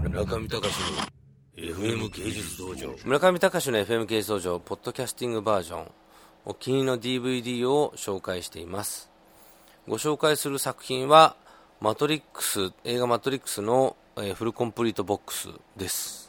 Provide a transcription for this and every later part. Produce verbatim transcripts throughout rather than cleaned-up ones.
村上隆の エフエム 芸術道場。 村上隆の エフエム 芸術道場ポッドキャスティングバージョン、お気に入りの ディーブイディー を紹介しています。ご紹介する作品はマトリックス、映画マトリックスの、えー、フルコンプリートボックスです。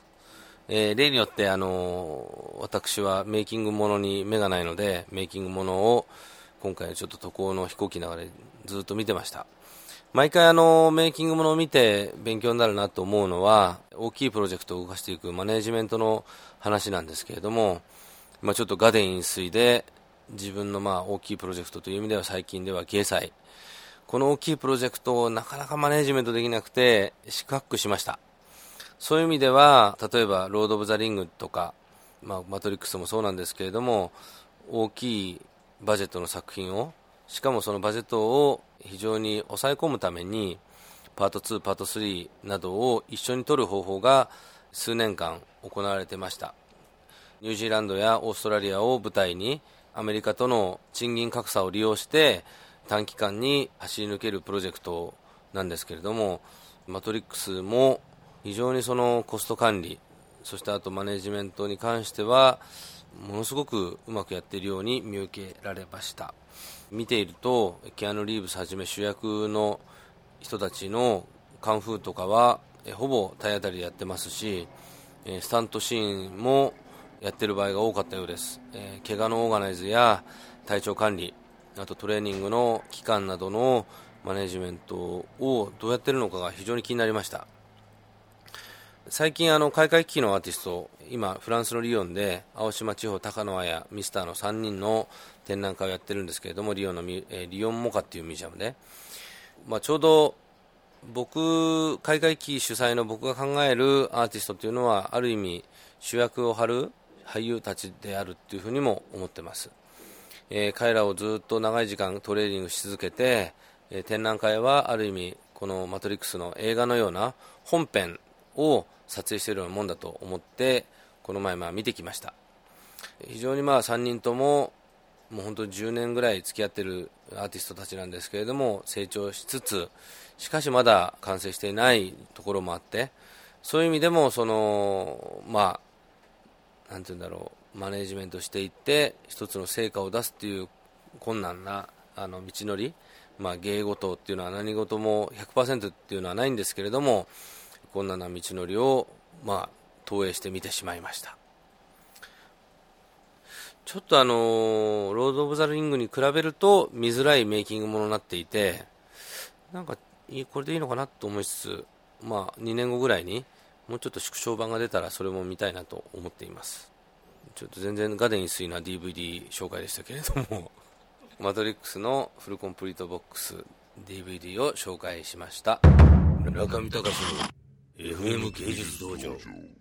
えー、例によって、あのー、私はメイキングものに目がないので、メイキングものを今回ちょっと渡航の飛行機の中でずっと見てました。毎回あのメイキングものを見て勉強になるなと思うのは、大きいプロジェクトを動かしていくマネージメントの話なんですけれども、まあ、ちょっと画伝飲水で自分のまあ大きいプロジェクトという意味では最近では芸祭、この大きいプロジェクトをなかなかマネージメントできなくて四苦八苦しました。そういう意味では例えばロード・オブ・ザ・リングとか、まあ、マトリックスもそうなんですけれども、大きいバジェットの作品を、しかもそのバジェットを非常に抑え込むためにパートツー、パートスリーなどを一緒に取る方法が数年間行われていました。ニュージーランドやオーストラリアを舞台にアメリカとの賃金格差を利用して短期間に走り抜けるプロジェクトなんですけれども、マトリックスも非常にそのコスト管理、そしてあとマネジメントに関してはものすごくうまくやっているように見受けられました。見ているとキアヌ・リーブスはじめ主役の人たちのカンフーとかはえほぼ体当たりでやってますし、えスタントシーンもやってる場合が多かったようです。えー、怪我のオーガナイズや体調管理、あとトレーニングの期間などのマネジメントをどうやってるのかが非常に気になりました。最近あの海外機器のアーティスト、今フランスのリヨンで青島地方高野綾ミスターのさんにんの展覧会をやってるんですけれども、リヨンのミ、えー、リヨンモカっていうミュージアムで、まあ、ちょうど僕海外機器主催の僕が考えるアーティストというのはある意味主役を張る俳優たちであるというふうにも思ってます。えー、彼らをずっと長い時間トレーニングし続けて、えー、展覧会はある意味このマトリックスの映画のような本編を撮影しているようなもんだと思ってこの前まあ見てきました。非常にまあさんにんとももう本当にじゅうねんぐらい付き合っているアーティストたちなんですけれども、成長しつつしかしまだ完成していないところもあって、そういう意味でもそのまあなんていうんだろう、マネージメントしていって一つの成果を出すっていう困難なあの道のり、まあ、芸事っていうのは何事も ひゃくパーセント っていうのはないんですけれども、困難な道のりを、まあ、投影してみてしまいました。ちょっとあのロード・オブ・ザ・リングに比べると見づらいメイキングものになっていて、なんかこれでいいのかなと思いつつ、まあ、にねんごぐらいにもうちょっと縮小版が出たらそれも見たいなと思っています。ちょっと全然画伝薄いな ディーブイディー 紹介でしたけれどもマトリックスのフルコンプリートボックス ディーブイディー を紹介しました。 村上隆の エフエム 芸術道場。